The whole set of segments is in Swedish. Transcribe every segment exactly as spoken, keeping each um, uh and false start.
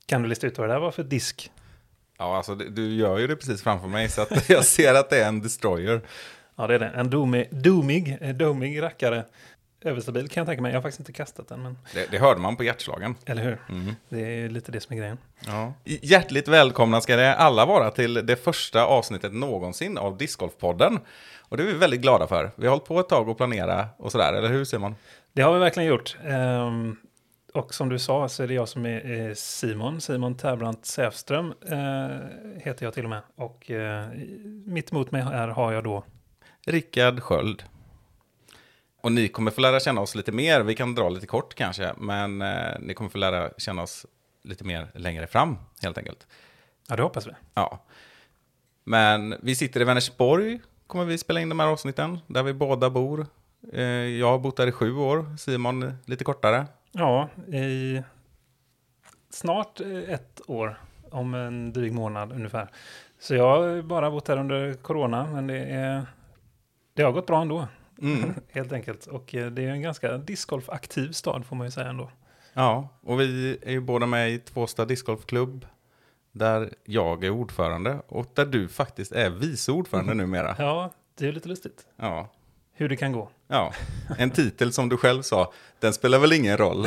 Kan du lista ut vad det där var för disk? Ja, alltså du gör ju det precis framför mig så att jag ser att det är en Destroyer. Ja, det är det. En domig, domig, domig rackare. Överstabil kan jag tänka mig. Jag har faktiskt inte kastat den. Men... Det, det hörde man på hjärtslagen. Eller hur? Mm. Det är lite det som är grejen. Ja. Hjärtligt välkomna ska det alla vara till det första avsnittet någonsin av Discgolf-podden. Och det är vi väldigt glada för. Vi har hållit på ett tag och planera och sådär, eller hur Simon? Det har vi verkligen gjort. Um, och som du sa så är det jag som är eh, Simon. Simon Terbrandt Säfström eh, heter jag till och med. Och eh, mitt emot mig här har jag då... Rickard Sköld. Och ni kommer få lära känna oss lite mer. Vi kan dra lite kort kanske. Men eh, ni kommer få lära känna oss lite mer längre fram helt enkelt. Ja, det hoppas vi. Ja. Men vi sitter i Vänersborg. Kommer vi spela in de här avsnitten. Där vi båda bor. Eh, jag har bott där i sju år. Simon lite kortare. Ja, i snart ett år. Om en dryg månad ungefär. Så jag har bara bott här under corona. Men det, är, det har gått bra ändå. Mm. Helt enkelt. Och det är en ganska discgolf-aktiv stad får man ju säga ändå. Ja, och vi är ju båda med i Tvåstad discgolfklubb. Där jag är ordförande. Och där du faktiskt är vice ordförande mm. numera. Ja, det är lite lustigt. Ja. Hur det kan gå. Ja, en titel som du själv sa, den spelar väl ingen roll?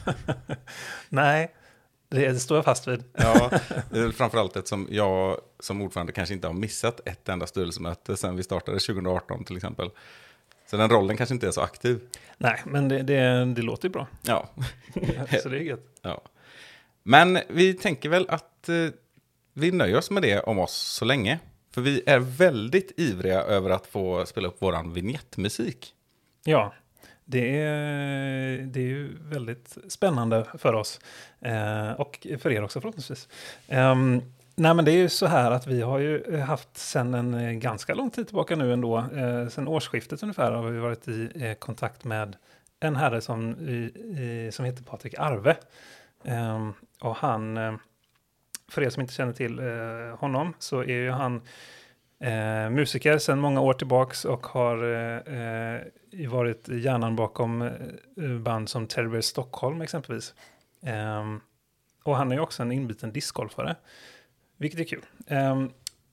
Nej, det står jag fast vid. Ja, det är väl framförallt eftersom jag som ordförande kanske inte har missat ett enda styrelsemöte sedan vi startade tjugo arton till exempel. Så den rollen kanske inte är så aktiv. Nej, men det, det, det låter ju bra. Ja. Så det är gött. Ja. Men vi tänker väl att eh, vi nöjer oss med det om oss så länge. För vi är väldigt ivriga över att få spela upp våran vignettmusik. Ja, det är, det är ju väldigt spännande för oss. Eh, och för er också förhoppningsvis. Eh, nej men det är ju så här att vi har ju haft sedan en ganska lång tid tillbaka nu ändå. Eh, sedan årsskiftet ungefär har vi varit i eh, kontakt med en herre som, i, i, som heter Patrik Arve. Eh, och han... Eh, För er som inte känner till eh, honom så är ju han eh, musiker sedan många år tillbaks och har eh, varit hjärnan bakom eh, band som Teddy Bear Stockholm exempelvis. Eh, och han är ju också en inbiten discgolfare, vilket är kul. Eh,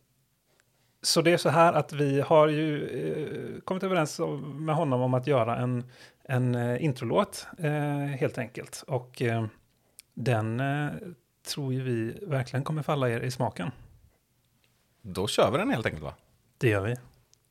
så det är så här att vi har ju eh, kommit överens med honom om att göra en, en eh, introlåt eh, helt enkelt. Och eh, den... Eh, tror ju vi verkligen kommer falla er i smaken. Då kör vi den helt enkelt va? Det gör vi.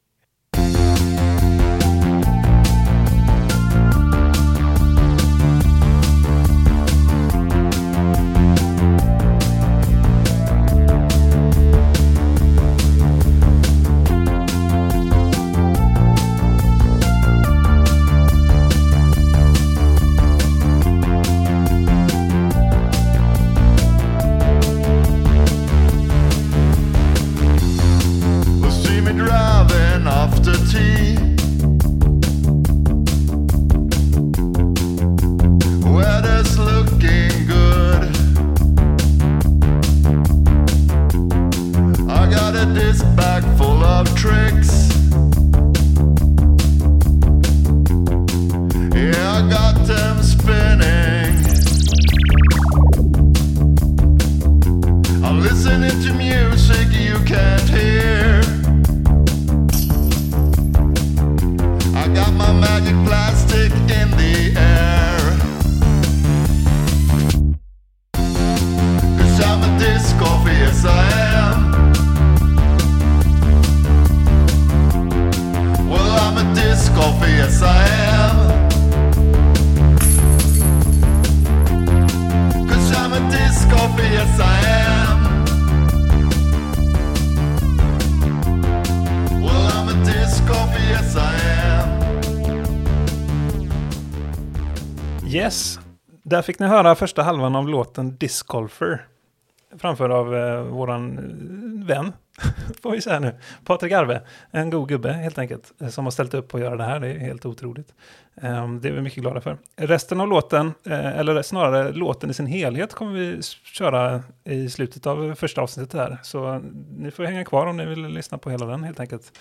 Yes, där fick ni höra första halvan av låten Discgolfer. Framförd av eh, våran vän, får vi säga nu, Patrik Arve. En god gubbe helt enkelt, som har ställt upp på att göra det här. Det är helt otroligt. Um, det är vi mycket glada för. Resten av låten, eh, eller snarare låten i sin helhet, kommer vi köra i slutet av första avsnittet här. Så ni får hänga kvar om ni vill lyssna på hela den helt enkelt.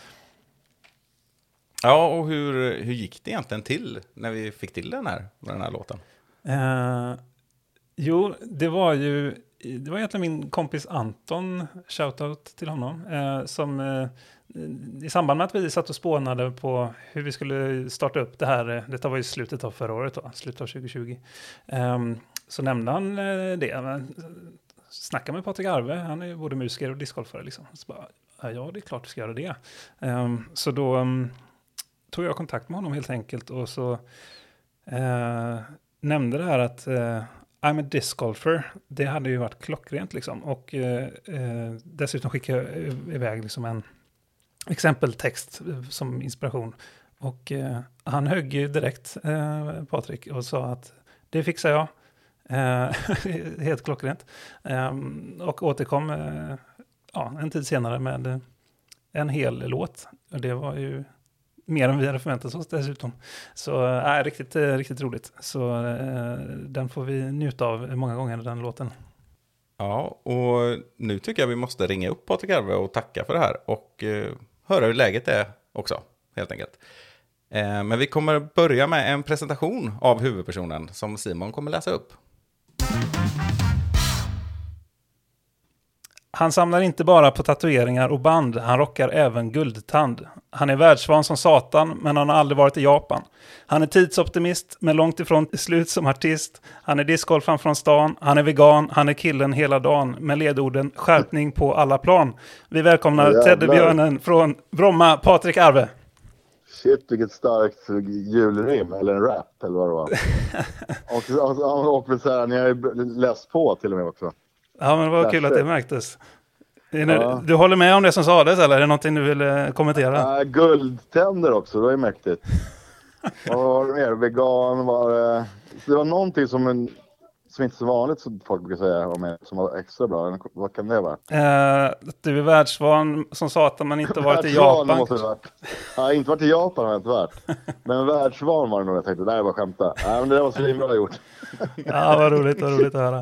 Ja, och hur, hur gick det egentligen till när vi fick till den här, med den här låten? Uh, jo, det var ju det var egentligen min kompis Anton, shoutout till honom, eh, som eh, i samband med att vi satt och spånade på hur vi skulle starta upp det här, detta var ju slutet av förra året då, slutet av tjugo tjugo, eh, så nämnde han eh, det, men, snacka med Patrik Arve, han är ju både musiker och discgolfare liksom. Så bara, ja, det är klart du ska göra det. Eh, så då um, tog jag kontakt med honom helt enkelt och så eh, nämnde det här att eh, I'm a disc golfer. Det hade ju varit klockrent liksom. Och eh, eh, dessutom skickade jag iväg liksom en exempeltext som inspiration. Och eh, han högg ju direkt, eh, Patrik, och sa att det fixar jag. Eh, helt klockrent. Eh, och återkom eh, ja, en tid senare med en hel låt. Och det var ju mer än vi hade förväntat oss dessutom. Så äh, riktigt, riktigt roligt. Så äh, den får vi njuta av många gånger, den låten. Ja, och nu tycker jag vi måste ringa upp Patrik Arve och tacka för det här. Och eh, höra hur läget är också, helt enkelt. Eh, men vi kommer börja med en presentation av huvudpersonen som Simon kommer läsa upp. Han samlar inte bara på tatueringar och band, han rockar även guldtand. Han är världsvan som satan, men han har aldrig varit i Japan. Han är tidsoptimist, men långt ifrån slut som artist. Han är discgolfan från stan, han är vegan, han är killen hela dagen. Med ledorden skärpning på alla plan. Vi välkomnar teddybjörnen från Bromma, Patrik Arve. Shit, vilket starkt julrim, eller en rap, eller vad det var. och och, och, och så här, ni har ju läst på till och med också. Ja, men det var kul att det märktes. Ja. Du håller med om det som sades, eller är det någonting du vill kommentera? Ja, guldtänder också, det var ju mäktigt. Vad var det mer? Vegan var det... Det var någonting som, en, som inte är så vanligt, som folk brukar säga om mig, som var extra bra. Vad kan det vara? Eh, du är världsvan som satan, men inte varit i Japan. Måste det varit. Ja, inte varit i Japan har jag inte varit. Men världsvan var det nog, jag tänkte. Nej, bara skämta. Nej, men det var så himla gjort. Ja, vad roligt, vad roligt att höra.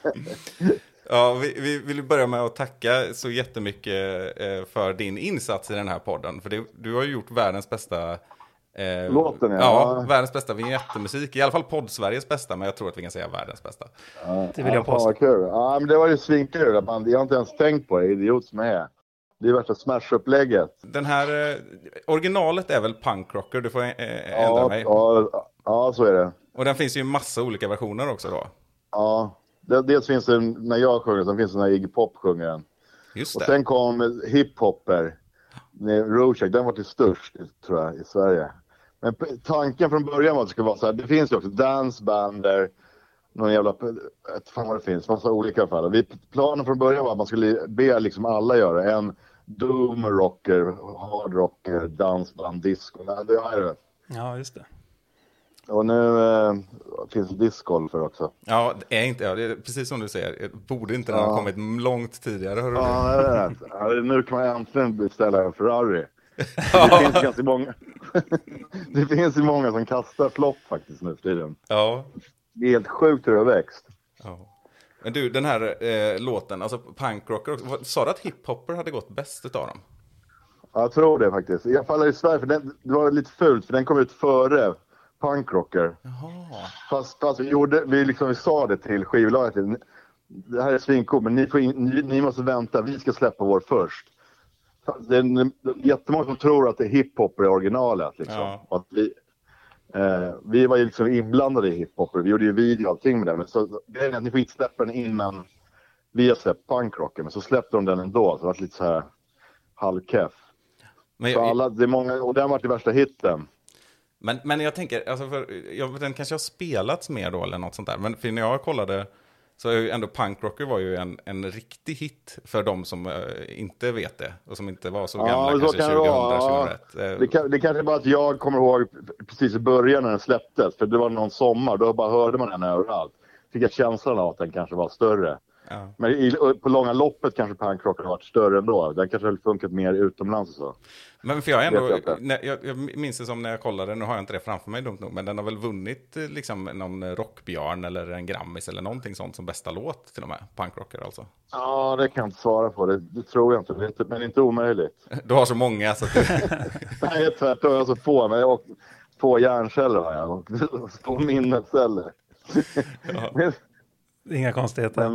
Ja, vi, vi vill börja med att tacka så jättemycket eh, för din insats i den här podden. För det, du har ju gjort världens bästa... Eh, Låten, ja. Ja, världens bästa vignettmusik. I alla fall podd-Sveriges bästa, men jag tror att vi kan säga världens bästa. Ja, det vill jag påstå. Ja, kul. Ja, men det var ju svinkul. Jag har inte ens tänkt på det, idiot som är. Det är värsta smash-upplägget. Den här... Eh, originalet är väl punkrocker, du får eh, ändra ja, mig. Ja, ja, så är det. Och den finns ju i massa olika versioner också då. Ja. Dels finns det när jag sjunger, sen finns det när Iggy Pop sjunger den. Just det. Och sen kom hiphopper, Rorschach, den var till störst tror jag i Sverige. Men tanken från början var att det skulle vara så här, det finns ju också dancebander, någon jävla, ett fan vad det finns, massa olika fall. Vi, planen från början var att man skulle be liksom alla göra en doom rocker, hard rocker, dansband, disco. Det är det. Ja, just det. Och nu äh, finns det discgolfer också. Ja, det är inte, ja, det är precis som du säger. Borde inte den ja. ha kommit långt tidigare? Hör du ja, det är det. Ja, nu kan man äntligen beställa en Ferrari. Det finns ganska många. Det finns ju många som kastar flopp faktiskt nu för tiden. Ja. Det är helt sjukt hur det har växt. Ja. Men du, den här eh, låten, alltså punkrocker också. Sa du att hiphopper hade gått bäst utav dem? Ja, jag tror det faktiskt. I alla fall i Sverige, för den, det var lite fult för den kom ut före punkrocker. Jaha. Fast, fast vi, gjorde, vi, liksom, vi sa det till skivbolaget. Det här är svincool, men ni, får in, ni, ni måste vänta. Vi ska släppa vår först. Det är jättemånga som tror att det är hiphop är originalet. Liksom. Ja. Att vi, eh, vi var ju liksom inblandade i hiphop. Vi gjorde ju video och allting med det. Men så, grejen är att ni får inte släppa den innan vi har släppt punkrocken. Men så släppte de den ändå. Så det var lite så här halvkeff. Men jag, så alla, det är många, och den var det värsta hitten. Men, men jag tänker, alltså för, jag, den kanske har spelats mer då eller något sånt där. Men för när jag kollade så är ju ändå punkrocker var ju en, en riktig hit för de som uh, inte vet det. Och som inte var så gamla, ja, kanske kan tjugohundra, tjugohundraett. Det, kan, det kanske bara att jag kommer ihåg precis i början när den släpptes. För det var någon sommar, då bara hörde man den överallt. Fick jag känslan av att den kanske var större. Ja. Men i, på långa loppet kanske punkrocker har varit större ändå. Den kanske har funkat mer utomlands och så. Men för jag ändå, jag, när, jag, jag minns det som när jag kollade, nu har jag inte det framför mig dumt nog, men den har väl vunnit liksom någon rockbjörn eller en Grammis eller någonting sånt som bästa låt till och med, punkrocker alltså. Ja, det kan jag inte svara på, det, det tror jag inte, det är inte, men det är inte omöjligt. Du har så många så att du... Nej, tvärtom, jag har så få, men jag har få hjärnceller har jag, och få minnesceller. Ja. Inga konstigheter. Men,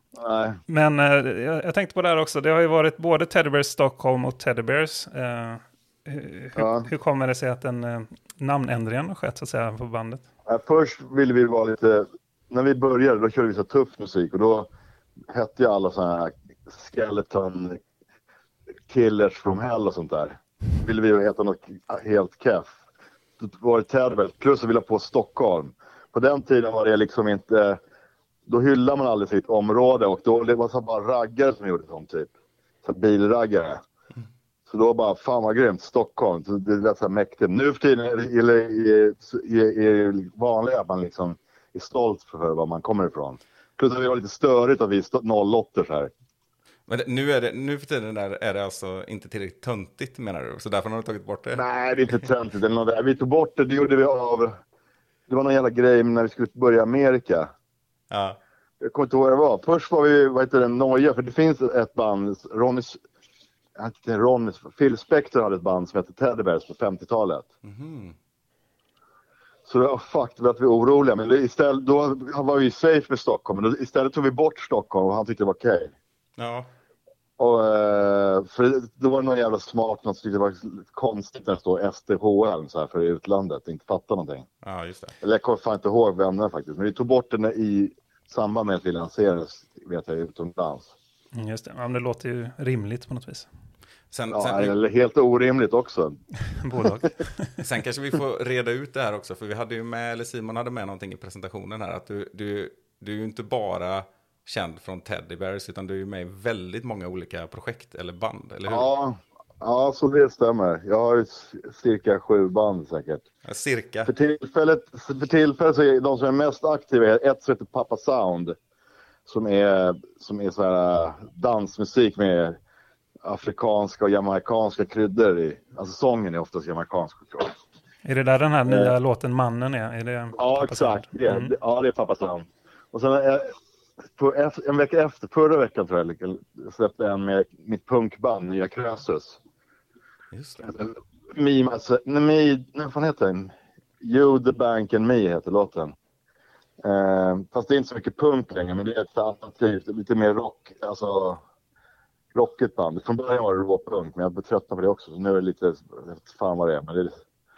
Nej. Men eh, jag, jag tänkte på det här också. Det har ju varit både Teddy Bears Stockholm och Teddy Bears. Eh, hur, Ja. hur kommer det sig att den eh, namnändringen har skett så att säga på bandet? Ja, först ville vi vara lite... När vi började då körde vi så tuff musik. Och då hette ju alla sådana här Skeleton Killers from Hell och sånt där. Ville vi heta något helt keff. Då var det Teddy Bears. Plus att vi la på Stockholm. På den tiden var det liksom inte... Då hyllar man aldrig sitt område. Och då det var så bara raggare som gjorde sånt typ. Så bilraggare. Så då bara, fan vad grymt, Stockholm. Så det lät så här mäktigt. Nu för tiden är det vanliga att man liksom är stolt för var man kommer ifrån. Plus att det var lite störigt att vi är noll åtta så här. Men det, nu, är det, nu för tiden är, är det alltså inte tillräckligt töntigt menar du? Så därför har du tagit bort det? Nej, det är inte töntigt eller något där. Vi tog bort det, det gjorde vi av... Det var någon jävla grej när vi skulle börja Amerika. Ja. Jag kommer inte ihåg vad det var. Först var vi, vad heter det, Noja. För det finns ett band, Ronny... Inte Ronny, Phil Spector hade ett band som hette Teddy Bears på femtiotalet. Mm. Så det var fuck, det var att vi var oroliga. Men istället, då var vi safe med Stockholm. Men då, istället tog vi bort Stockholm och han tyckte det var okej. Okay. Ja. Och, för då var det någon jävla smart, något som tyckte det var konstigt när det står S D H L så här för utlandet. Inte fatta någonting. Ja, just det. Eller jag kommer fan inte ihåg vem det faktiskt. Men vi tog bort den i samband med att vi lanserades, vet jag, utomlands. Mm, just det, ja, men det låter ju rimligt på något vis. Sen, Ja, sen, eller helt orimligt också. Bolag. sen kanske vi får reda ut det här också. För vi hade ju med, eller Simon hade med någonting i presentationen här. Att du, du, du är ju inte bara känd från Teddy Bears. Utan du är ju med i väldigt många olika projekt eller band, eller hur? Ja, ja, så det stämmer. Jag har cirka sju band säkert. Ja, cirka. För tillfället, för tillfället så är de som är mest aktiva är ett som heter Papa Sound. Som är, som är så här dansmusik med afrikanska och jamaikanska kryddor i. Alltså sången är oftast jamaikansk. Är det där den här nya Eh. låten Mannen är? är det Ja, Papa exakt. Sound? Det, Mm. det, ja, det är Papa Sound. Och sen eh, på en vecka efter, förra veckan tror jag, jag släppte en med mitt punkband, Nya Krösus. Just det. Me, alltså, me, vad fan heter den? You, the Bank and Me heter låten. Eh, fast det är inte så mycket punk längre, men det är ett alternativt, lite mer rock, alltså rockigt band. Från början var det råpunk, men jag blev trött på det också, så nu är det lite, jag vet fan vad det är, men det är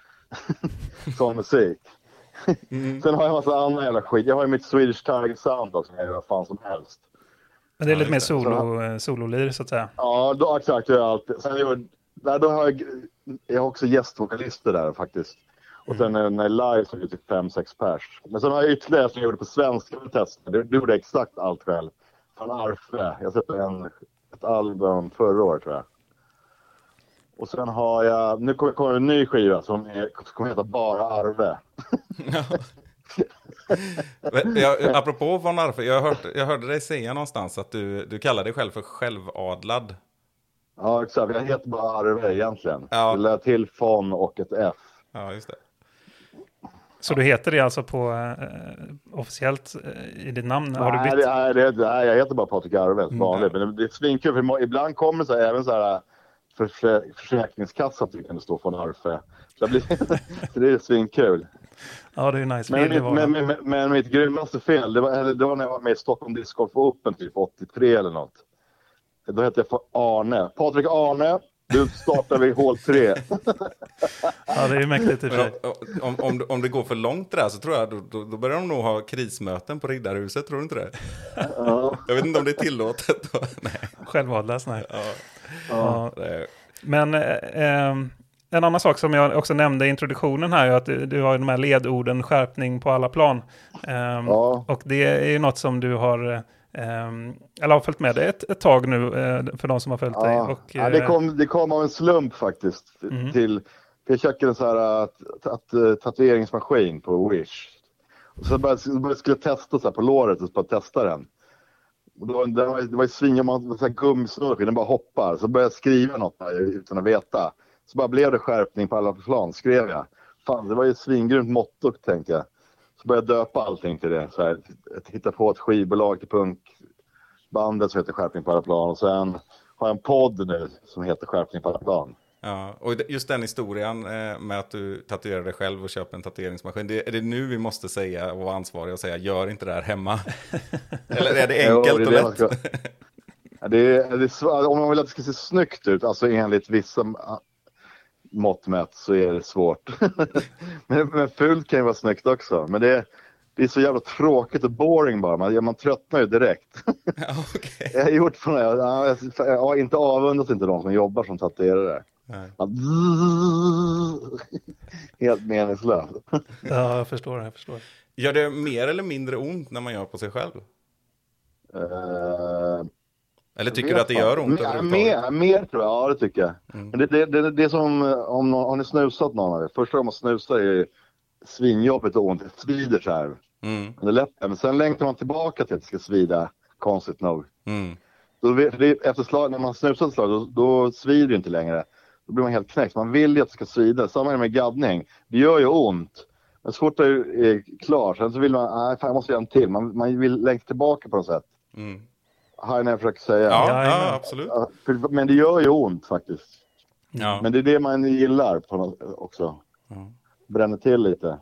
sån musik. Mm. Sen har jag en massa annan jävla skit. Jag har ju mitt Swedish Tiger Sound också, som jag gör vad fan som helst. Men det är Ja, lite mer just det. solo, sololir så att säga. Ja, då, exakt, jag gör alltid. Sen jag, där, då har jag, jag har också gästvokalister där faktiskt. Och sen när jag är live så är det typ fem sex pers. Men sen har jag ytterligare som jag gjorde på svenska tester. Det gjorde jag exakt allt själv. Från Arfe. Jag släppte en, ett album förra året tror jag. Och sen har jag, nu kommer, kommer en ny skiva som, är, som kommer heta Bara Arve. jag, apropå von Arfe, jag, hört, jag hörde dig säga någonstans att du, du kallar dig själv för självadlad. Ja, exakt. Jag heter bara Arve egentligen. Ja. Jag lär till Fon och ett F. Ja, just det. Så du heter det alltså på eh, officiellt eh, i ditt namn? Har Nej, du bytt? det, nej, det, nej, jag heter bara Patrik Arve, Mm. vanligt. Men det, det är svinkul, för må- ibland kommer så här, även så här för, försäkringskassa tycker det står från Arfe. Så, blir, så det är svinkul. Ja, det är nice. Men, Det mitt, var- men, men, men mitt grymmaste fel, det var, eller det var när jag var med i Stockholm Disc Golf Open typ åttiotre eller något. Då hette jag för Arne. Patrik Arne, du startar vid hål tre. Ja, det är ju mäktigt i och för sig. Men om, om, om det går för långt där så tror jag då, då, då börjar de nog ha krismöten på Riddarhuset, tror du inte det? Ja. Jag vet inte om det är tillåtet. Då. Nej. Självadlas, nej. Ja, Ja. det är, Men eh, eh, en annan sak som jag också nämnde i introduktionen här är att du, du har ju de här ledorden skärpning på alla plan. Eh, Ja. Och det är ju något som du har, eh, eller har följt med dig ett, ett tag nu eh, för de som har följt dig. Ja. Och, Ja, det, eh, kom, det kom av en slump faktiskt. Mm. Till, för jag köpte en så här att, att, att, tatueringsmaskin på Wish. Och så började, så började jag skulle testa så här på låret och så bara testa den. Och då, det var, det var ju sving, man så här gummisnurr, den bara hoppar. Så började jag skriva något där, utan att veta. Så bara blev det skärpning på alla plan, skrev jag. Fan, det var ju ett svingrymt motto, tänkte jag. Så började jag döpa allting till det. Så här, hitta på ett skivbolag till punkbandet som heter Skärpning på alla plan. Och sen har jag en podd nu som heter Skärpning på alla plan. Ja, och just den historien eh, med att du tatuerar dig själv och köper en tatueringsmaskin. Det, är det nu vi måste säga och vara ansvariga och säga gör inte det här hemma? Eller är det enkelt Jo, det är och det man lätt? ska... Ja, det är, det är svårt. Om man vill att det ska se snyggt ut, alltså enligt vissa mått mätt, så är det svårt. men, men fult kan ju vara snyggt också. Men det är, det är så jävla tråkigt och boring bara. Man, man tröttnar ju direkt. Ja, okay. Jag har gjort från det. Jag, jag, jag inte avundas inte de som jobbar som tatuerare. Man, helt meningslöst. Ja, jag förstår det, jag förstår. Gör det mer eller mindre ont när man gör på sig själv? Uh, eller tycker du att det gör ont mer, mer, mer tror jag, ja det tycker jag. Mm. Men det, det, det, det är som om någon, har ni snusat någon av det? Första gången man snusar är svinjobbigt och ont, det svider så här. Mm. Det är lätt, men sen längtar man tillbaka till att det ska svida, konstigt nog. Mm. Då, det, efter slag, när man snusar ett slag, då, då svider det inte längre. Då blir man helt knäckt. Man vill ju att det ska svida. Samma med gaddning. Det gör ju ont. Men så fort det är klart, sen så vill man, nej fan jag måste göra en till. Man, man vill längta tillbaka på något sätt. Mm. Har jag försökt säga. Ja, ja, absolut. Men det gör ju ont faktiskt. Ja. Men det är det man gillar på något också. Ja. Bränner till lite.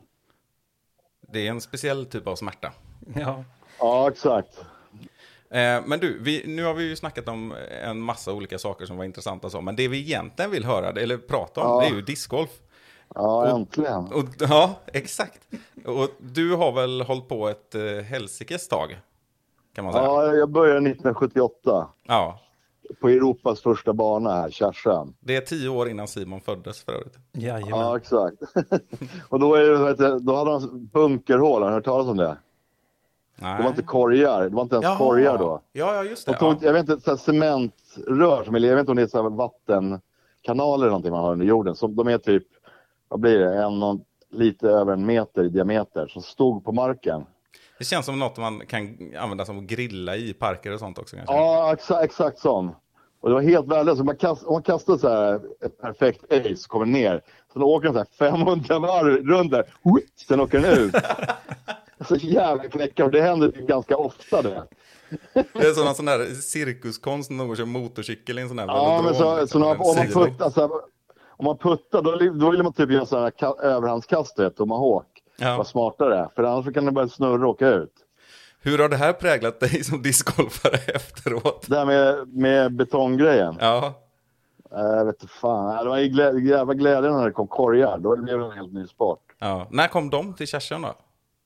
Det är en speciell typ av smärta. Ja, ja exakt. Eh, men du, vi, nu har vi ju snackat om en massa olika saker som var intressanta. Så, men det vi egentligen vill höra, eller prata om, ja. det är ju discgolf. Ja, och, äntligen. Och, ja, exakt. Och du har väl hållit på ett eh, helsikes tag, kan man säga. Ja, jag började nittonhundrasjuttioåtta. Ja. På Europas första bana här, Kärsön. Det är tio år innan Simon föddes för övrigt. Jajamän. Ja, exakt. Och då, är det, vet du, då hade de bunkerhål, har du hört talas om det? Nej. Det var inte korgar, det var inte ens Jaha. korgar då. Ja, ja just det. Tog, ja. Jag vet inte, så här cementrör, som, jag vet inte om det är så här vattenkanaler eller någonting man har under jorden. Som, de är typ, vad blir det, en och lite över en meter i diameter som stod på marken. Det känns som något man kan använda som att grilla i parker och sånt också kanske. Ja, exakt, exakt sån. Och det var helt värdelöst. Man kast, om man kastar så här ett perfekt ace kommer ner. Så då åker den så här femhundra varv runt där. Sen åker den ut. Så jävla knäckar. Och det händer ganska ofta det. Det är sån, sån där cirkuskonst när någon kör motorcykel i en sån här. Ja, men så, så när, om, man puttar, så här, om man puttar då, då vill man typ göra sån här ka- överhandskastet. Tomahawk. Ja. Var smartare. För annars kan det bara snurra och åka ut. Hur har det här präglat dig som discgolfare efteråt? Det här med, med betonggrejen. Ja. Jag vet inte fan. Det var glä- jävla glädje när det kom korgar. Då blev det en helt ny sport. Ja. När kom de till Kärsön då?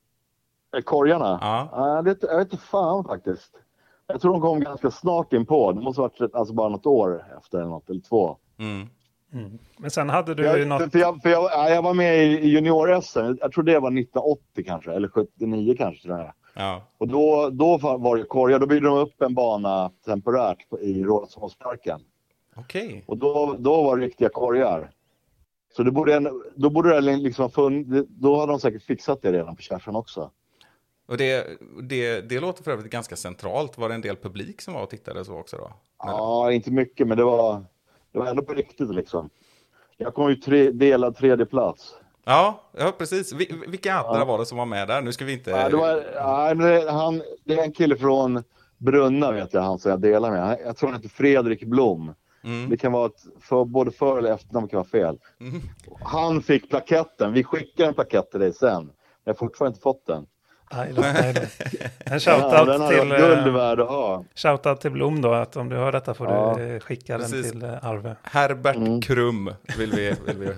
Korgarna? Ja. Ja, det, jag vet inte fan faktiskt. Jag tror de kom ganska snart in på. Det måste ha varit alltså bara något år efter eller något, eller två. Mm. Mm. Men sen hade du jag, ju något... För jag, för jag, ja, jag var med i junior-S M. Jag tror det var nittonhundraåttio kanske, eller sjuttionio kanske. Tror jag. Ja. Och då, då var det korgar. Då byggde de upp en bana temporärt på, i Rådhusparken. Okej. Okay. Och då, då var det riktiga korgar. Så det borde en, då borde det liksom funnits, då hade de säkert fixat det redan på Kärsön också. Och det, det, det låter för övrigt ganska centralt. Var det en del publik som var och tittade så också då? Ja, inte mycket, men det var, det var ändå på riktigt liksom. Jag kom ju tre, delad tredje plats. Ja, ja precis. Vi, vilka andra ja. var det som var med där? Nu ska vi inte... Ja, det, var, ja, det, han, det är en kille från Brunna vet jag, han som jag delar med. Jag tror han heter Fredrik Blom. Mm. Det kan vara ett, för, både för eller efternamn kan vara fel. Mm. Han fick plaketten. Vi skickar en plakett till dig sen. Jag har fortfarande inte fått den. Nej, nej, nej. En shoutout ja, den till guld värd att ha. Shoutout till Blom då, att om du hör detta får ja. du skicka Precis. den till Arve. Herbert mm. Krum vill vi, vill vi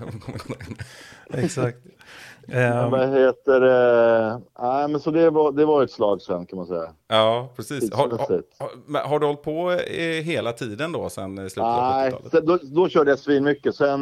Exakt. Um, vad heter det? Nej, men så det var, det var ett slag sen kan man säga. Ja, precis. Har, har, har du hållit på eh, hela tiden då sen slutet av sjuttiotalet? Nej, då, då körde jag svin mycket. Sen,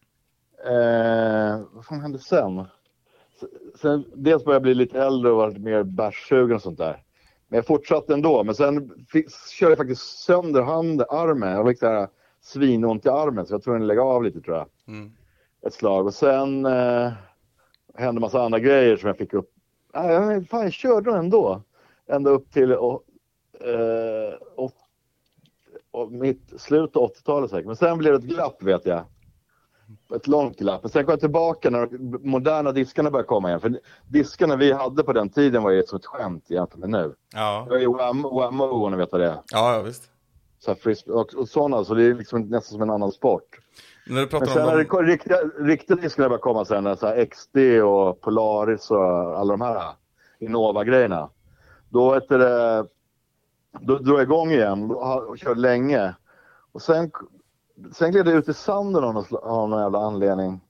eh, vad fan hände sen? Sen dels började jag bli lite äldre och var lite mer bärssugen och sånt där. Men jag fortsatte ändå. Men sen fick, körde jag faktiskt sönder handen, armen. Jag fick så här svinont i armen så jag tror att lägga av lite tror jag. Mm. Ett slag. Och sen eh, hände en massa andra grejer som jag fick upp. Nej, fan jag körde den ändå. Ända upp till och, eh, och, och mitt slut av åttiotalet säkert. Men sen blev det ett glapp vet jag. Ett långt glapp. Men sen kom jag tillbaka när de moderna diskarna började komma igen. För diskarna vi hade på den tiden var ju som ett skämt jämfört med nu. Ja. Det var ju Wham-O, om ni vet vad det är. Ja, ja visst. Så här frisbee och, och sådana, så det är liksom nästan som en annan sport. När du pratar Men sen om är dem... det riktiga, riktiga riskerna börjar komma sen, så här X D och Polaris och alla de här Innova-grejerna. Då heter det, då drar jag igång igen och kör länge. Och sen, sen gled det ut i sanden av någon, av någon jävla anledning.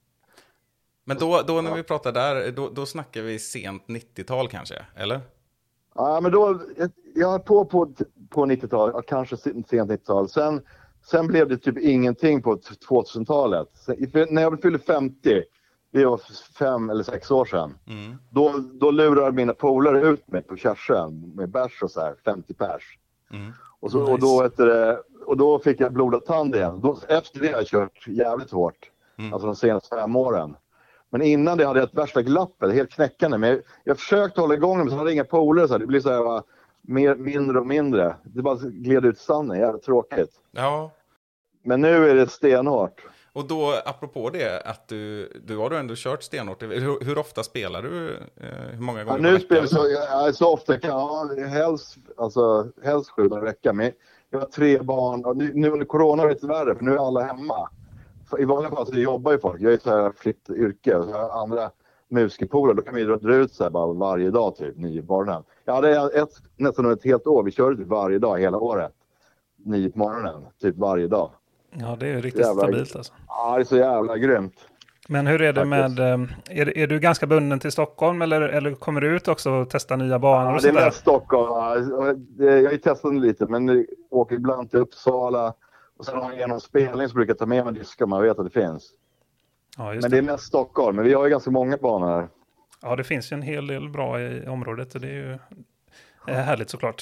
Men då, då när vi pratar där, då, då snackar vi sent nittiotal kanske, eller? Ja, men då, jag har på på, på nittiotalet, kanske sent nittiotal. Sen, sen blev det typ ingenting på tvåtusentalet. Sen, när jag fyllde femtio, det var fem eller sex år sedan. Mm. Då, då lurade mina polare ut mig på Kärsen med bärs och så här, femtio pers. Mm. Och, så, nice. och, då heter det, och då fick jag blodad tand igen. Då, efter det har jag kört jävligt hårt. Mm. Alltså de senaste fem åren. Men innan det hade jag ett värsta glappet, helt knäckande. Men jag, jag försökte hålla igång men så hade jag inga polare. Så här. Det blir så här, va, mer, mindre och mindre. Det bara gled ut sanden, jävligt tråkigt. Ja. Men nu är det stenhårt. Och då, apropå det, att du, du har du ändå kört stenhårt. Hur, hur ofta spelar du? Hur många gånger? Ja, nu spelar jag så, jag, så ofta kan jag, helst, alltså, helst sju dagar i veckan. Men jag har tre barn, och nu, nu under corona är det lite värre, för nu är alla hemma. I vanliga fall så jobbar ju folk, jag är ett så här fritt yrke. Och så har andra musikerpolare, då kan vi dra ut så här bara varje dag typ, nio på morgonen. Jag hade ett, nästan ett helt år, vi körde typ varje dag hela året. Nio på morgonen, typ varje dag. Ja, det är ju riktigt jävla, stabilt alltså. Ja, det är så jävla grymt. Men hur är det med, är, är du ganska bunden till Stockholm eller, eller kommer du ut också och testa nya banor? Ja, och det är sådär? mest Stockholm. Jag har ju testat lite, men jag åker ibland till Uppsala. Och sen har jag genom spelning så brukar jag ta med mig diskar, man vet att det finns. Ja, just men det. det är mest Stockholm, men vi har ju ganska många banor här. Ja, det finns ju en hel del bra i området och det är ju är härligt såklart.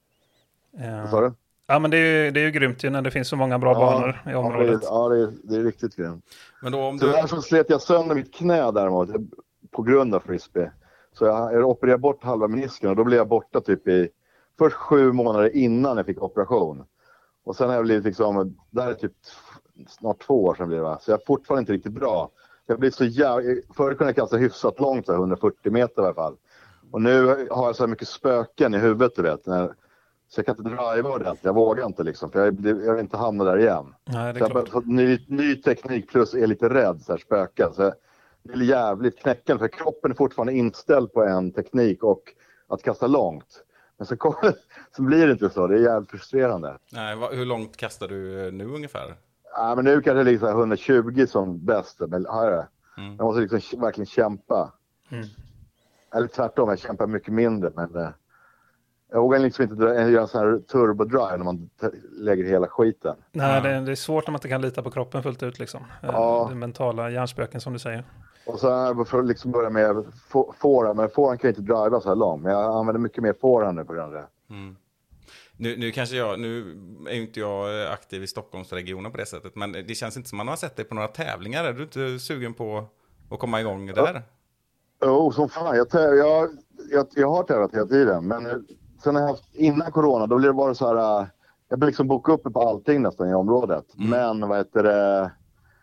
Vad sa du? Ja, men det är, ju, det är ju grymt ju när det finns så många bra ja, banor i området. Ja, det är, ja, det är, det är riktigt grymt. Men då om du... Så där så slet jag sönder mitt knä däremot på grund av frisbee. Så jag, jag opererade bort halva menisken och då blev jag borta typ i först sju månader innan jag fick operation. Och sen har jag blivit liksom, där är typ snart två år sedan blir det va. Så jag är fortfarande inte riktigt bra. Jag har blivit så jävla, förr kunde jag kasta hyfsat långt, så hundrafyrtio meter i alla fall. Och nu har jag så här mycket spöken i huvudet, du vet. När, så jag kan inte driva ordentligt, jag vågar inte liksom. För jag, jag vill inte hamna där igen. Nej, det är så jag har fått ny, ny teknik plus är lite rädd, så här spöken. Så det är jävligt knäckande, för kroppen är fortfarande inställd på en teknik och att kasta långt. Men så, kom, så blir det inte så. Det är jävligt frustrerande. Nej, va, hur långt kastar du nu ungefär? Ja, men nu kan det ligga hundratjugo som bäst. Men här, mm. jag måste liksom verkligen kämpa. Mm. Eller tvärtom, jag kämpar mycket mindre. Men eh, jag vågar liksom inte dra, göra en sån här turbodrive när man t- lägger hela skiten. Nej, ja. det, det är svårt när man inte kan lita på kroppen fullt ut. Liksom. Ja. Det mentala hjärnspöken som du säger. Och så här, för att liksom börja med forehand, men forehand kan jag inte driva så här långt. Men jag använder mycket mer forehand nu på grund av det. Mm. Nu, nu kanske jag, nu är ju inte jag aktiv i Stockholmsregionen på det sättet, men det känns inte som man har sett dig på några tävlingar. Är du inte sugen på att komma igång där? Jo, oh, som fan. Jag, täv, jag, jag, jag har tävlat hela tiden, men sen har jag haft, innan corona, då blev det bara så här, jag blev liksom boka upp på allting nästan i området. Mm. Men vad heter det,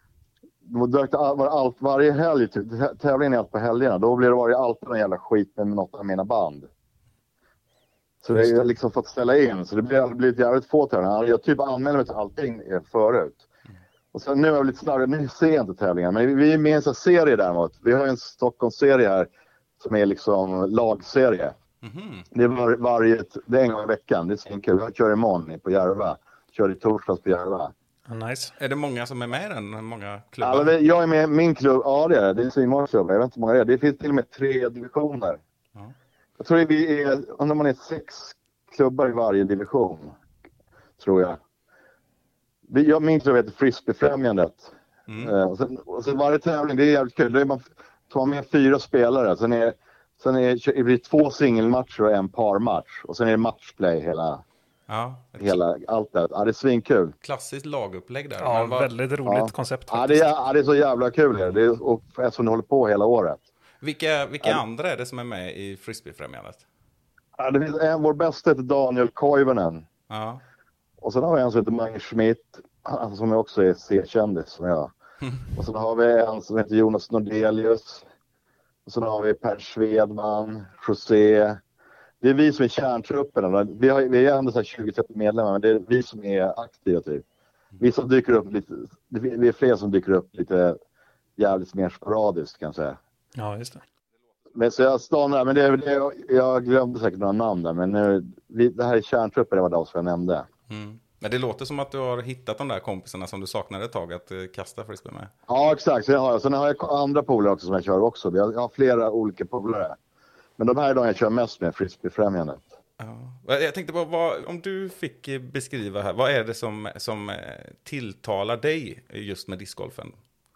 var allt, varje helg, tävlingen är allt på helgerna, då blir det varje alltid en jävla skit med något av mina band. Så det har liksom fått ställa in, så det blir blivit jävligt få tävlingar. Jag typ anmäler mig till allting förut. Mm. Och sen nu är jag lite snabbare, nu ser jag inte tävlingar. Men vi är med i en serie däremot. Vi har en Stockholmsserie här som är liksom lagserie. Mm-hmm. Det är var, varje, det är en gång i veckan, det är svinkul. Jag kör imorgon på Järva, kör i torsdags på Järva. Oh, nice. Är det många som är med i den? Många klubbar? Alltså, jag är med i min klubb, ja det är det. Det är Simons klubb, jag vet inte hur många det är. Det finns till och med tre divisioner. Mm. Jag tror att vi är, om man är sex klubbar i varje division, tror jag. Vi, jag min klubb heter Frisbeefrämjandet. Mm. Uh, och, sen, och sen varje tävling, det är jävligt kul. Då är man, tar man med fyra spelare. Sen är, sen är, är det två singelmatcher och en parmatch. Och sen är det matchplay hela, ja, hela allt det. Ja, det är svinkul. Klassiskt lagupplägg där. Ja, var... väldigt roligt ja. koncept. Ja det, är, ja, det är så jävla kul. Det är, och eftersom det håller på hela året. Vilka, vilka ja. andra är det som är med i Frisbeefrämjandet? Ja, det finns en, vår bästa heter Daniel Koivunen. Ja. Och sen har vi en som heter Mange Schmidt, som också är C-kändis som jag. Och sen har vi en som heter Jonas Nordelius. Och sen har vi Per Svedman, José. det är vi som är kärntruppen. Vi, har, vi är ändå så här tjugo trettio medlemmar, men det är vi som är aktiva typ. Vissa dyker upp lite, vi är fler som dyker upp lite jävligt mer sporadiskt kan jag säga. Ja, just det. Men så jag stannar, men det, det, jag glömde säkert några namn där, men nu, vi, det här är kärntruppen, det var det som jag nämnde. Mm. Men det låter som att du har hittat de där kompisarna som du saknade ett tag att uh, kasta frisbee med. Ja, exakt. Så jag har, sen har jag andra polare också som jag kör också. Jag, jag har flera olika polare. Men de här är de jag kör mest med, frisbeefrämjandet. Ja. Jag tänkte bara, vad, om du fick beskriva här, vad är det som, som tilltalar dig just med discgolfen?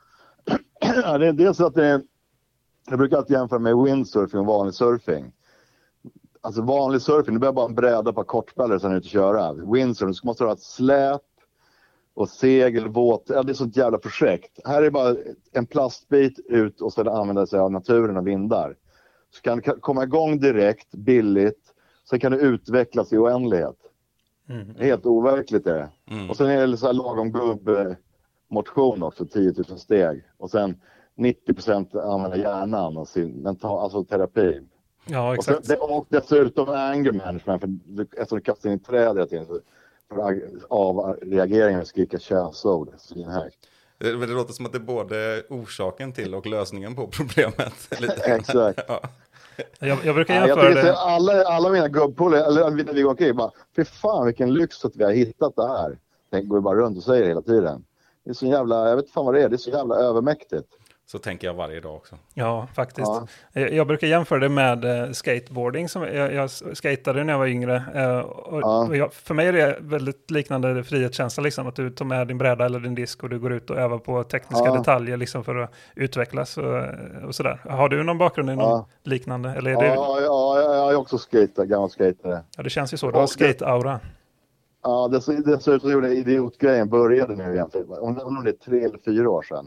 Ja, det är dels att det är, jag brukar alltid jämföra med windsurfing och vanlig surfing. Alltså vanlig surfing, du behöver bara en bräda på kortspelare sen ut och köra. Windsurfing, så måste du ha ett släp och segel, båt. Ja, det är ett sånt jävla projekt. Här är det bara en plastbit ut och sedan använda sig av naturen och vindar. Så kan du komma igång direkt, billigt. Sen kan det utvecklas i oändlighet. Mm. Det är helt overkligt det. Mm. Och sen är det så här lagom gubb-motion också, tio tusen steg. Och sen nittio procent använder hjärnan och sin mental, alltså terapi. Ja, exakt. Och, sen, och dessutom anger management, för eftersom du kastar in i trädet för av reageringen och skrika könsord. Det, det låter som att det är både orsaken till och lösningen på problemet. Exakt. Ja. Jag, jag brukar jämföra ja, jag det. Alla, alla mina gubbpolare, eller när vi går omkring, bara, fy fan vilken lyx att vi har hittat det här. Den går bara runt och säger hela tiden. Det är så jävla, jag vet inte fan vad det är, det är så jävla övermäktigt. Så tänker jag varje dag också. Ja, faktiskt. Ja. Jag, jag brukar jämföra det med uh, skateboarding. Som jag, jag skatade när jag var yngre. Uh, och, ja. och jag, för mig är det väldigt liknande frihetskänsla. Liksom, att du tar med din bräda eller din disk och du går ut och övar på tekniska ja. detaljer liksom, för att utvecklas och, och sådär. Har du någon bakgrund i någon ja. liknande? Eller är ja, det... ja, ja, jag är också skater, gammal skatare. Ja, det känns ju så. Du har skate-aura. Ja, dessutom så gjorde jag idiotgrejen började nu egentligen. Om, om det är tre eller fyra år sedan.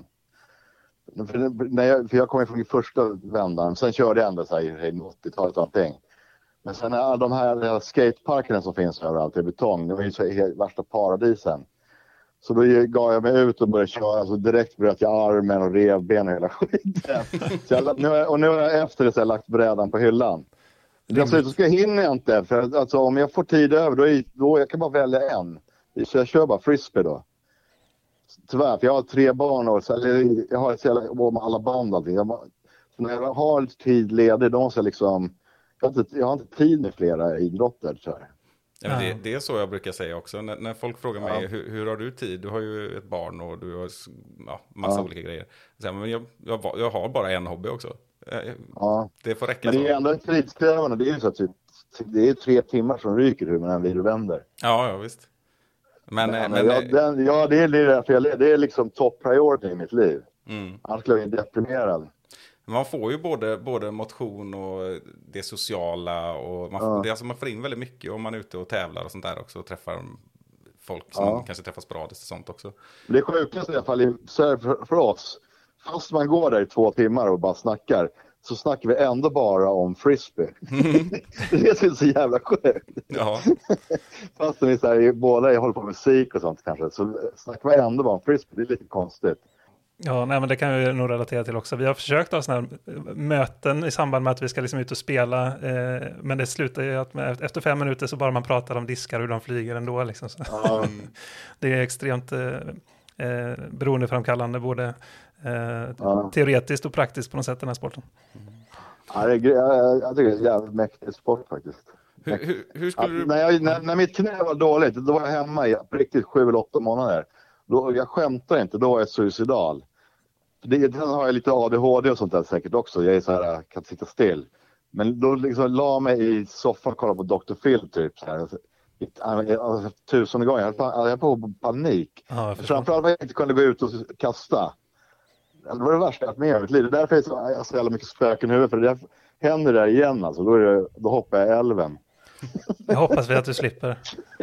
För, när jag, för jag kom från första vändan, sen körde jag ändå så här i åttiotalet och allting. Men sen är de här, här skateparkerna som finns överallt i betong, det var ju så här, värsta paradisen. Så då gav jag mig ut och började köra, så direkt bröt jag armen och revben och hela skiten. Så jag, nu, och nu har jag efter det så jag lagt brädan på hyllan. Dessutom ska jag hinna jag inte, för alltså, om jag får tid över, då, är, då jag kan bara välja en. Så jag kör bara frisbee då. Tyvärr, för jag har tre barn och så, eller, jag har ett jävla med alla band och allting. Jag, så när jag har tid ledig, då måste jag liksom, jag har inte, jag har inte tid med flera idrotter så här. Ja, men det, det är så jag brukar säga också. När, när folk frågar mig, ja. hur, hur har du tid? Du har ju ett barn och du har ja, massa ja. olika grejer. Så här, men jag, jag, jag har bara en hobby också. Ja. Det får räcka. Men det är ändå ett tidskrävande. Det är ju så att det är tre timmar som ryker hur man än blir och vänder. Ja, ja visst. Men, men, men, ja, den, ja, det är därför jag, det är liksom top priority i mitt liv. Mm. Annars skulle jag bli deprimerad. Man får ju både, både motion och det sociala. Och man, får, ja. det, alltså man får in väldigt mycket om man är ute och tävlar och sånt där också. Och träffar folk som ja. kanske träffar sporadiskt och sånt också. Det sjukaste i alla fall för, för oss. Fast man går där i två timmar och bara snackar. Så snackar vi ändå bara om frisbee. Mm. Det är så jävla sjukt. Ja. Fast vi så här, båda håller på med musik och sånt kanske. Så snackar vi ändå bara om frisbee. Det är lite konstigt. Ja, nej, men det kan jag nog relatera till också. Vi har försökt ha sådana här möten i samband med att vi ska liksom ut och spela. Eh, men det slutar ju att med, efter fem minuter så bara man pratar om diskar och hur de flyger ändå. Liksom. Så. Mm. Det är extremt eh, eh, beroendeframkallande både eh, ja. teoretiskt och praktiskt på något sätt den här sporten. Mm. Ja, det är, jag, jag tycker det är en jävligt mäktig sport faktiskt. Hur, hur, hur skulle ja, du... när, jag, när, när mitt knä var dåligt, då var jag hemma i riktigt sju eller åtta månader. Då, jag skämtar inte, då är jag suicidal. Det, den har jag lite A D H D och sånt där säkert också. Jag är så här, kan inte sitta still. Men då liksom la mig i soffan och kollade på doktor Phil typ. Så här. Alltså, tusen gånger. Jag höll på på panik. Ja, framförallt att jag inte kunde gå ut och kasta. Det var det värsta jag haft med i mitt liv. Det är därför jag har så jävla mycket spöken i huvudet. För det händer där igen alltså. Då, är det, då hoppar jag i älven. Jag hoppas vi att du slipper.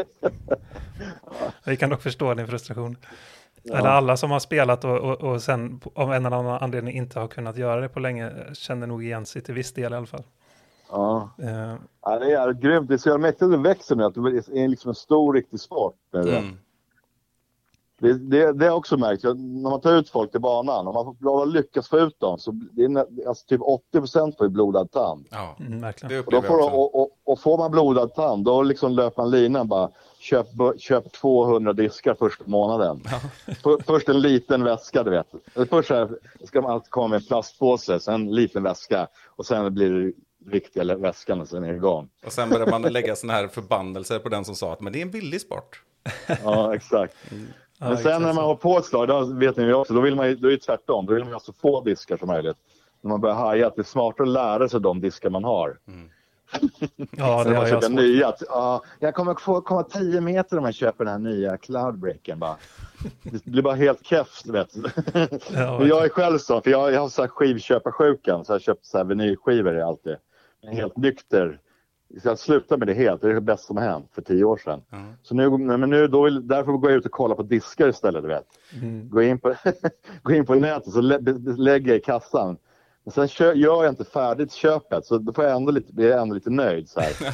Vi kan dock förstå din frustration. Ja. Eller alla som har spelat och, och, och sen av en eller annan anledning inte har kunnat göra det på länge känner nog igen sig till viss del i alla fall. Ja, uh. ja det är grymt. Det är så jävla mäktigt att det växer nu. Att det är liksom en stor riktig sport. Mm. Det, det, det är också märkt. När man tar ut folk till banan och man får lyckas få ut dem så det är alltså typ åttio procent får blodad tand. Ja, mm, verkligen. Och, då får de, och, och, och får man blodad tand, då liksom löper man linan bara. Köp, köp tvåhundra diskar första månaden. Ja. För, först en liten väska, du vet. Först så här, ska man alltid komma med en plastpåse, sen en liten väska. Och sen blir det riktiga väskan och sen är det igång. Och sen börjar man lägga såna här förbannelser på den som sa att men det är en billig sport. Ja, exakt. Mm. Men ja, sen exakt. När man har på ett slag, då vet ni också, då vill man då är det tvärtom. Då vill man ha så få diskar som möjligt. När man börjar haja att det är smartare att lära sig de diskar man har. Mm. Ja, det har jag svårt. Nya, att, ja, jag kommer få komma tio meter om jag köper den här nya Cloudbreakern bara. Det blir bara helt keft, vet du. Ja, jag är själv så, för jag, jag har så här skivköparsjukan, så jag har köpt så här vinylskivor alltid. Jag är helt nykter. Så jag slutar med det helt, det är det bästa som har hänt för tio år sedan. Mm. Så nu, men nu då vill, därför går jag ut och kollar på diskar istället, du vet. Mm. Gå in på, gå in på nätet så lä, lägger jag i kassan. Men sen kö- gör jag inte färdigt köpet, så då får jag ändå lite, blir jag ändå lite nöjd så här.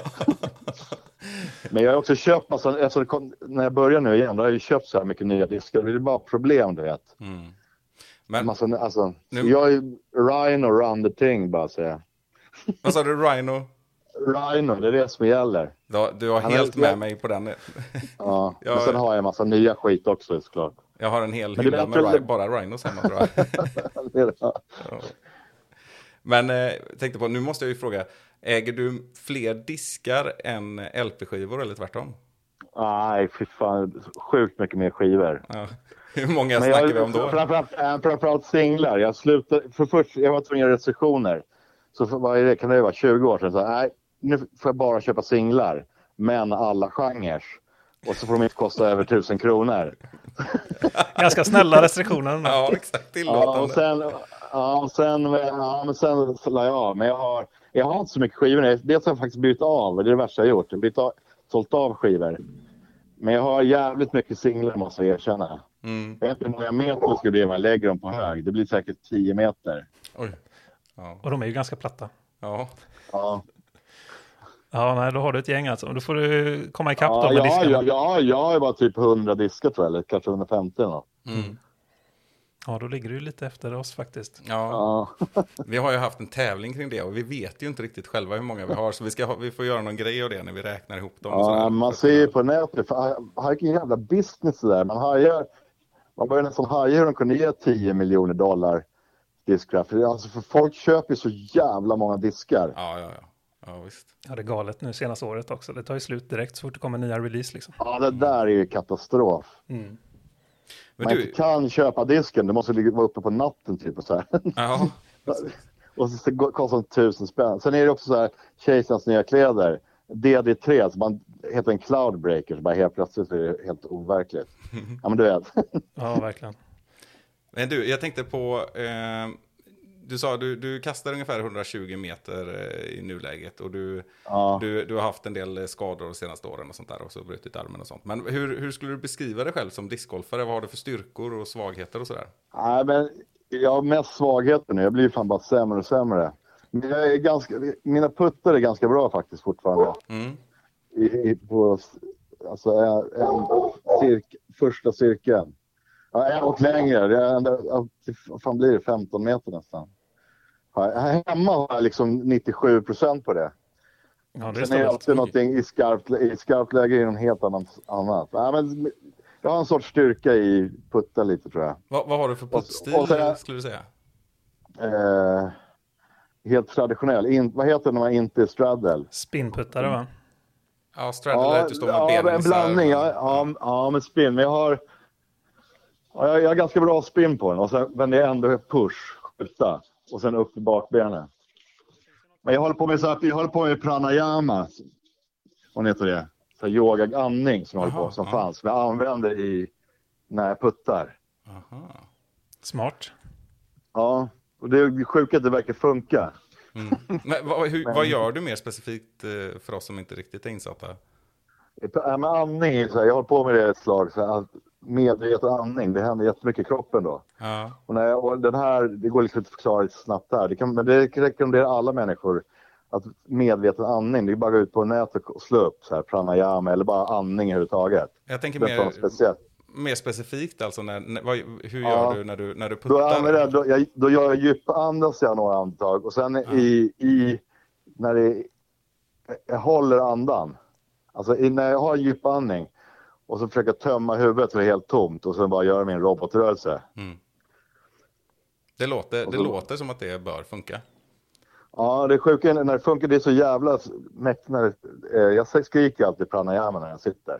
Men jag har också köpt massa, alltså, kom, när jag börjar nu igen, då har jag ju köpt så här mycket nya diskar. Det är bara problem, du vet. Mm. Men massa, alltså, nu... jag är Rhino Run the Thing, bara säga. Vad sa du, Rhino? Rhino, det är det som gäller. Du, du har helt är... med mig på den. Ja, jag... men sen har jag en massa nya skit också, såklart. Jag har en hel hylla med Rhino, bara Rhinos hemma, tror jag. Ja. Men eh, tänkte på, nu måste jag ju fråga, äger du fler diskar än L P-skivor eller tvärtom? Nej, fy fan, sjukt mycket mer skivor. Ja. Hur många snackar jag, vi om då? Framförallt, framförallt singlar. Jag slutade, för först, jag var tvungen restriktioner. Så för, vad är det, kan det vara tjugo år sedan? Så, nej, nu får jag bara köpa singlar, men alla genrer. Och så får de inte kosta över tusen kronor. Ganska snälla restriktioner. Ja, exakt. Tillåtande. Ja, och sen, ja, och sen, ja, men sen så la jag av. Men jag har, jag har inte så mycket skivor. Dels har jag faktiskt bytt av. Det är det värsta jag gjort. Jag har bytt av, sålt av skivor. Men jag har jävligt mycket singlar, måste jag erkänna. Mm. Jag vet inte hur många meter det ska bli om jag lägger dem på hög. Det blir säkert tio meter. Oj. Ja. Och de är ju ganska platta. Ja. Ja. Ja, nej, då har du ett gäng alltså. Då får du komma ikapp ja, då med ja, diskarna. Ja, ja, jag har bara typ hundra diskar, tror jag. Eller kanske hundrafemtio. Då. Mm. Ja, då ligger du lite efter oss faktiskt. Ja. ja. Vi har ju haft en tävling kring det och vi vet ju inte riktigt själva hur många vi har. Så vi, ska ha, vi får göra någon grej av det när vi räknar ihop dem. Ja, och man ser ju på nätet. Har vilken jävla business det där. Man hajar, man börjar nästan haja hur de kunde ge tio miljoner dollar diskar. För, alltså, för folk köper ju så jävla många diskar. Ja, ja, ja. Ja, visst. Ja, det är galet nu senaste året också. Det tar ju slut direkt så fort det kommer nya release liksom. Ja, det där är ju katastrof. Mm. Man du... kan köpa disken, du måste vara uppe på natten typ och så här. Ja. Och så kostar det tusen spänn. Sen är det också så här, Kejsarens nya kläder. D D tre, som man heter en Cloudbreaker, så bara helt plötsligt är det helt overkligt. Ja, men du vet. Ja, verkligen. Men du, jag tänkte på... Eh... Du sa du du kastar ungefär hundratjugo meter i nuläget och du, ja. du, du har haft en del skador de senaste åren och sånt där och så brutit armen och sånt. Men hur, hur skulle du beskriva dig själv som discgolfare? Vad har du för styrkor och svagheter och sådär? Nej, men jag har mest svagheter nu. Jag blir fan bara sämre och sämre. Men jag är ganska, mina puttar är ganska bra faktiskt fortfarande. Mm. I, i, på, alltså en, en cirk, första cirkeln. Ja, en och längre. Det är, vad fan blir det? femton meter nästan. Här hemma har jag liksom nittiosju procent på det. Ja, det är Sen är det alltid någonting i skarpt, i skarpt läge i någon helt annan, annat. Ja, men jag har en sorts styrka i putta lite, tror jag. Vad, vad har du för puttstil, skulle du säga? Eh, helt traditionell. In, vad heter det när man inte är straddle? Spinputtare, va? Ja, straddle ja, är att du står med ja, benen en blandning. Ja, ja, ja, med spin. Men jag har, ja, jag har ganska bra spin på den. Och sen, men det är ändå push, skjuta. Och sen upp i bakbenen. Men jag håller på med så här, jag håller på med pranayama. Vad heter det? Så yoga andning som jag håller på som aha. fanns. Som jag använder i när jag puttar. Aha. Smart. Ja, och det är sjukt att det verkar funka. Mm. Men, vad, hur, Men, vad gör du mer specifikt för oss som inte riktigt är insatta? Ja, med andning, så här, jag håller på med det ett slag. Så här, medveten andning, det händer jättemycket i kroppen då. Ja. Och, när jag, och den här, det går liksom inte att förklara lite snabbt här. Det kan, men det rekommenderar alla människor att medveten andning, det är bara att gå ut på nätet och slå upp så här, pranayama eller bara andning överhuvudtaget. Jag tänker mer, speciellt. mer specifikt, alltså när, när, vad, hur gör ja. du när du, när du puttar? Då, använder, då, jag, då gör jag djupandas jag några andetag och sen ja. i, i, när det jag håller andan. Alltså när jag har en djup andning och så försöker jag tömma huvudet så det är helt tomt och så bara göra min robotrörelse. Mm. Det, låter, så, det låter som att det bör funka. Ja, det är sjukt när det funkar. Det är så jävla mäktigt. Jag skriker alltid pranayama när jag sitter.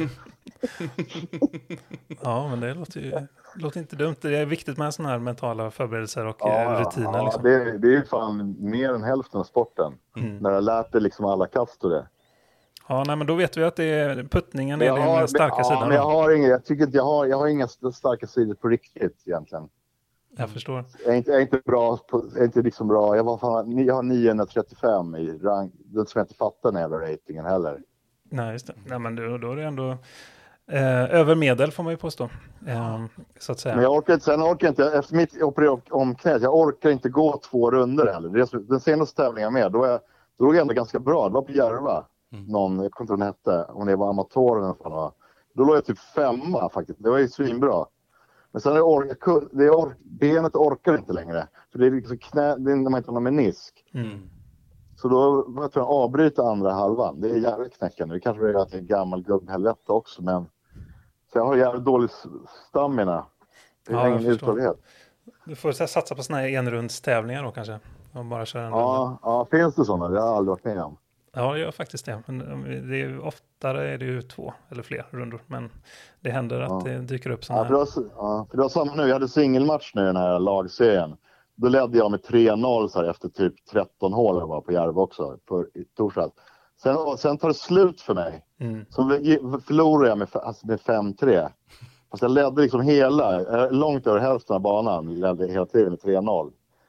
Ja, men det låter ju låter inte dumt. Det är viktigt med sådana här mentala förberedelser och ja, rutiner. Ja, liksom. det, det är ju fan mer än hälften av sporten. Mm. När jag lärt dig liksom alla kast och det. Ja, nej, men då vet vi att det är, puttningen är har, din starka ja, sida. Men jag har inga, jag tycker inte jag har, jag har inga starka sidor på riktigt egentligen. Jag förstår. Jag är inte, jag är inte bra, på, jag är inte liksom bra. Jag, var fan, jag har niohundratrettiofem i rang, det som jag inte fattar när jag var ratingen heller. Nej, just det. Nej, men då, då är det ändå eh, över medel får man ju påstå. Eh, så att säga. Men jag orkar inte, sen orkar jag inte, efter mitt operation om knät, jag orkar inte gå två runder heller. Det, den senaste tävlingen med, då, är, då låg jag ändå ganska bra. Det var på Järva. Mm. Någon, jag kommer inte ihåg vad den hette, om det var amatör eller något. Då låg jag typ femma faktiskt. Det var ju svinbra. Men sen är det ork, det är ork, benet orkar inte längre. För det är liksom knä, det är när man inte har någon menisk. Mm. Så då var jag tvungen att avbryta andra halvan. Det är jävligt knäckande. Det kanske är att jag är gammal gubbhelvete också. Men så jag har jävligt dålig stamina. Det är ja, ingen uthållighet. Du får satsa på såna här enrundstävlingar då kanske. Och bara köra en ja, ja, finns det sådana? Det har jag aldrig varit med om. Ja, det gör faktiskt det. Men det är, oftare är det ju två eller fler rundor. Men det händer att ja. det dyker upp sådana ja, för här. Det var, ja, för det var samma nu. Jag hade singelmatch nu i den här lagserien. Då ledde jag med tre noll så här, efter typ tretton hål jag var på Järva också. På, i torsdags. Sen, sen tar det slut för mig. Mm. Så förlorade jag med, alltså med fem tre. Fast jag ledde liksom hela, långt över hälften av banan. Ledde hela tiden med tre noll.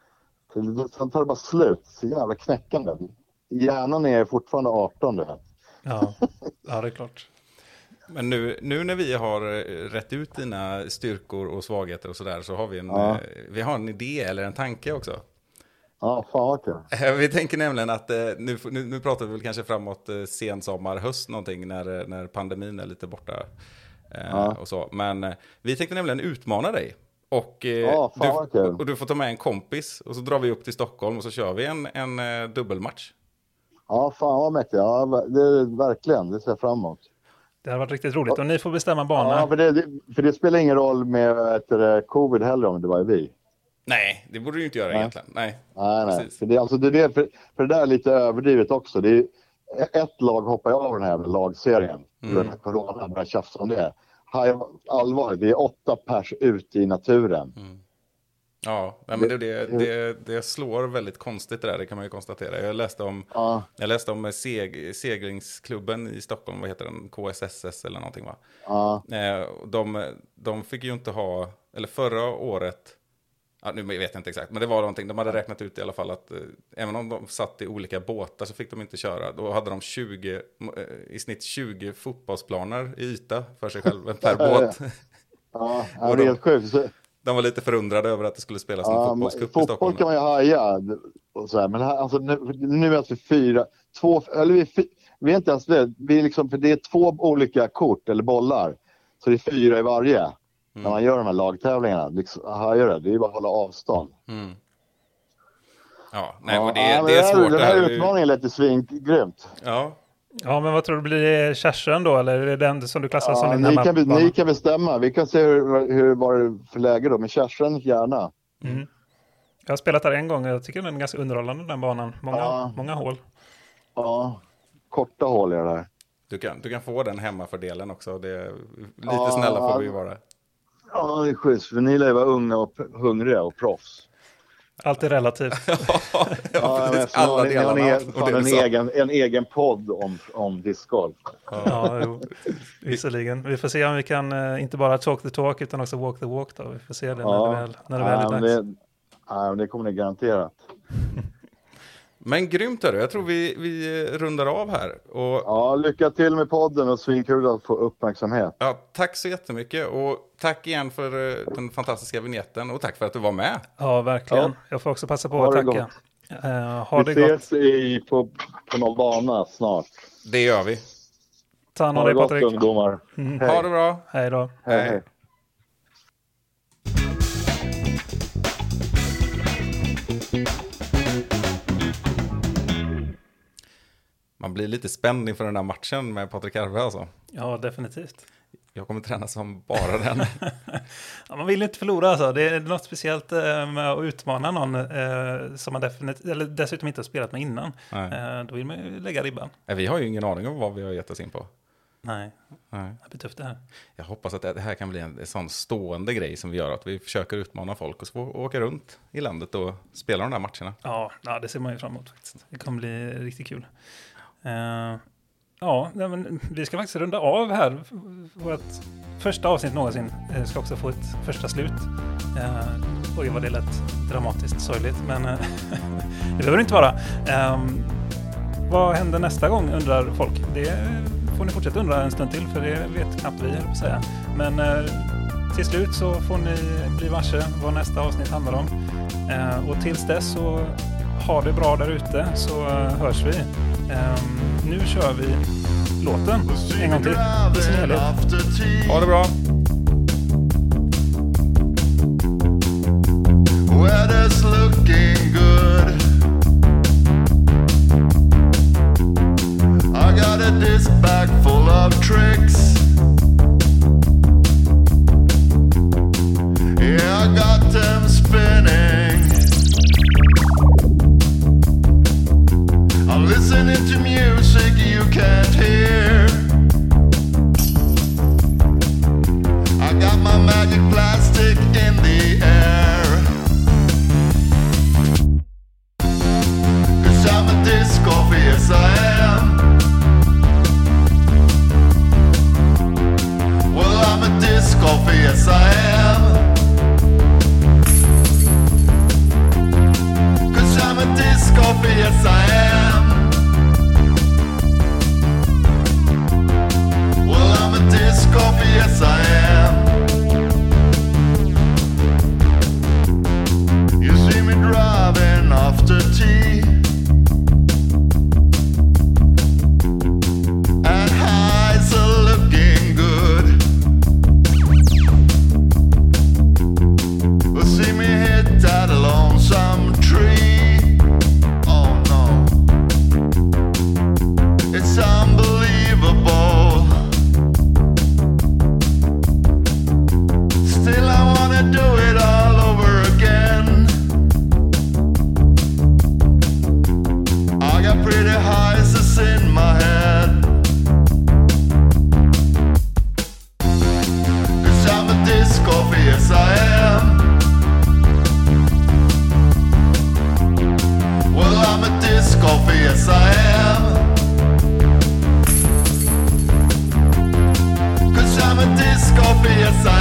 Så, sen tar det bara slut. Så jävla knäckande. Hjärnan är fortfarande arton, du vet. Ja, ja, det är klart. Men nu, nu när vi har rätt ut dina styrkor och svagheter och sådär, så har vi en, ja. vi har en idé eller en tanke också. Ja, fan vad kul. Vi tänker nämligen att nu, nu, nu pratar vi väl kanske framåt sen sommar, höst någonting när, när pandemin är lite borta ja. och så. Men vi tänkte nämligen utmana dig. Och, ja, fan du, och du får ta med en kompis och så drar vi upp till Stockholm och så kör vi en, en dubbelmatch. Ja, fan vad mäktigt. Ja, det är verkligen, det ser jag fram emot. Det har varit riktigt roligt och ni får bestämma bana. Ja, för det, för det spelar ingen roll med efter covid heller om det var vi. Nej, det borde du inte göra nej. egentligen. Nej, nej. nej. För, det, alltså, det är, för, för det där är lite överdrivet också. Det är, ett lag hoppar av den här lagserien. Mm. Den här corona börjar tjafsa om det. Allvarligt, det är åtta pers ute i naturen. Mm. Ja, men det, det, det, det slår väldigt konstigt det där, det kan man ju konstatera. Jag läste om, ja. jag läste om seg, seglingsklubben i Stockholm, vad heter den? K S S S eller någonting va? Ja. De, de fick ju inte ha, eller förra året, ja, nu vet jag inte exakt, men det var någonting, de hade räknat ut i alla fall att eh, även om de satt i olika båtar så fick de inte köra. Då hade de tjugo, i snitt tjugo fotbollsplaner i yta för sig själva per båt. Ja, ja det är helt sjukt. Så... De var lite förundrade över att det skulle spelas ja, en fotbollscup i Stockholm. Fotboll kan man ju haja. Och så här, men här, alltså, nu, nu är vi fyra, två, eller vi, vi är inte ens det. Vi är liksom, för det är två olika kort eller bollar. Så det är fyra i varje. Mm. När man gör de här lagtävlingarna. Liksom, hajar det, det är bara att hålla avstånd. Mm. Ja, nej, ja, och det, ja, det är det svårt. Den här, här utmaningen lät ju svingrymt. Ja. Ja, men vad tror du, blir det Kärsen då? Eller är det den som du klassar ja, som din ni kan, hemmabana? Ni kan bestämma. Vi kan se hur, hur var det för läge då. Men Kärsen gärna. Mm. Jag har spelat där en gång. Jag tycker den är ganska underhållande, den banan. Många, ja. många hål. Ja, korta hål är det där. Du kan, du kan få den hemmafördelen också. Det är, lite ja, snälla får vi vara. Ja, det är schysst. För ni lär vara unga och hungriga och proffs. Allt är relativt. ja, ja, precis. Alla ni, delarna. Ni har en, egen, en egen podd om, om discgolf. Ja, ja jo, visserligen. Vi får se om vi kan uh, inte bara talk the talk utan också walk the walk då. Vi får se det ja, när det väl, när det väl är dags. Det, ja, det kommer ni garanterat. Men grymt är det. Jag tror vi, vi rundar av här. Och... Ja, lycka till med podden och svinkul att få uppmärksamhet. Ja, tack så jättemycket. Och tack igen för den fantastiska vignetten. Och tack för att du var med. Ja, verkligen. Ja. Jag får också passa på att tacka. Uh, ha vi det ses i, på, på någon bana snart. Det gör vi. Ta hand om dig, Patrik. Ha det gott, ungdomar. Mm. Ha det bra. Hej då. Hej, hej. Man blir lite spänd inför den här matchen med Patrik Arve alltså. Ja, definitivt. Jag kommer träna som bara den. Ja, man vill inte förlora alltså. Det är något speciellt eh, med att utmana någon eh, som man definitivt, eller dessutom inte har spelat med innan. Eh, då vill man ju lägga ribban. Vi har ju ingen aning om vad vi har gett oss in på. Nej, Nej. det blir tufft det här. Jag hoppas att det här kan bli en, en sån stående grej som vi gör. Att vi försöker utmana folk och så får åka runt i landet och spela de där matcherna. Ja, ja, det ser man ju fram emot faktiskt. Det kommer bli riktigt kul. Uh, ja, men vi ska faktiskt runda av här. Vårt första avsnitt någonsin ska också få ett första slut. Uh, oj, vad det lät dramatiskt sorgligt, men uh, det behöver det inte vara. Um, vad händer nästa gång, undrar folk. Det får ni fortsätta undra en stund till, för det vet knappt vi, höll på att säga. Men uh, till slut så får ni bli varse vad nästa avsnitt handlar om. Uh, och tills dess så ha det bra där ute, så uh, hörs vi. Um, nu kör vi låten en gång till i sin helhet. Ha det bra! Weather's looking good. I got a disc bag full of tricks. Yeah, I got them spinning. I'm listening to music you can't hear. I got my magic plastic in the air. 'Cause I'm a disc golfer, yes I am. Well, I'm a disc golfer, yes I am. 'Cause I'm a disc golfer, yes I am. Well, I'm a disc golfer, yes I am. You see me driving after tea, and highs are looking good. Well, see me hit that lonesome tree. Oh no, it's unbelievable. Still I wanna do it all over again. I got pretty highs in my head. 'Cause I'm a disc golfer, yes I am. Well, I'm a disc golfer, yes I am. 'Cause I'm a disc golfer, yes I am.